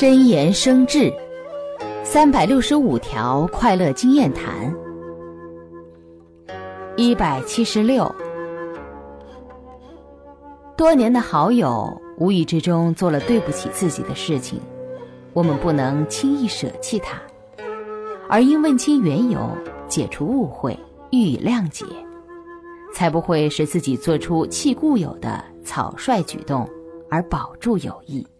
真言生智，365条快乐经验谈。176，多年的好友无意之中做了对不起自己的事情，我们不能轻易舍弃他，而应问清缘由，解除误会，予以谅解，才不会使自己做出弃固有的草率举动而保住友谊。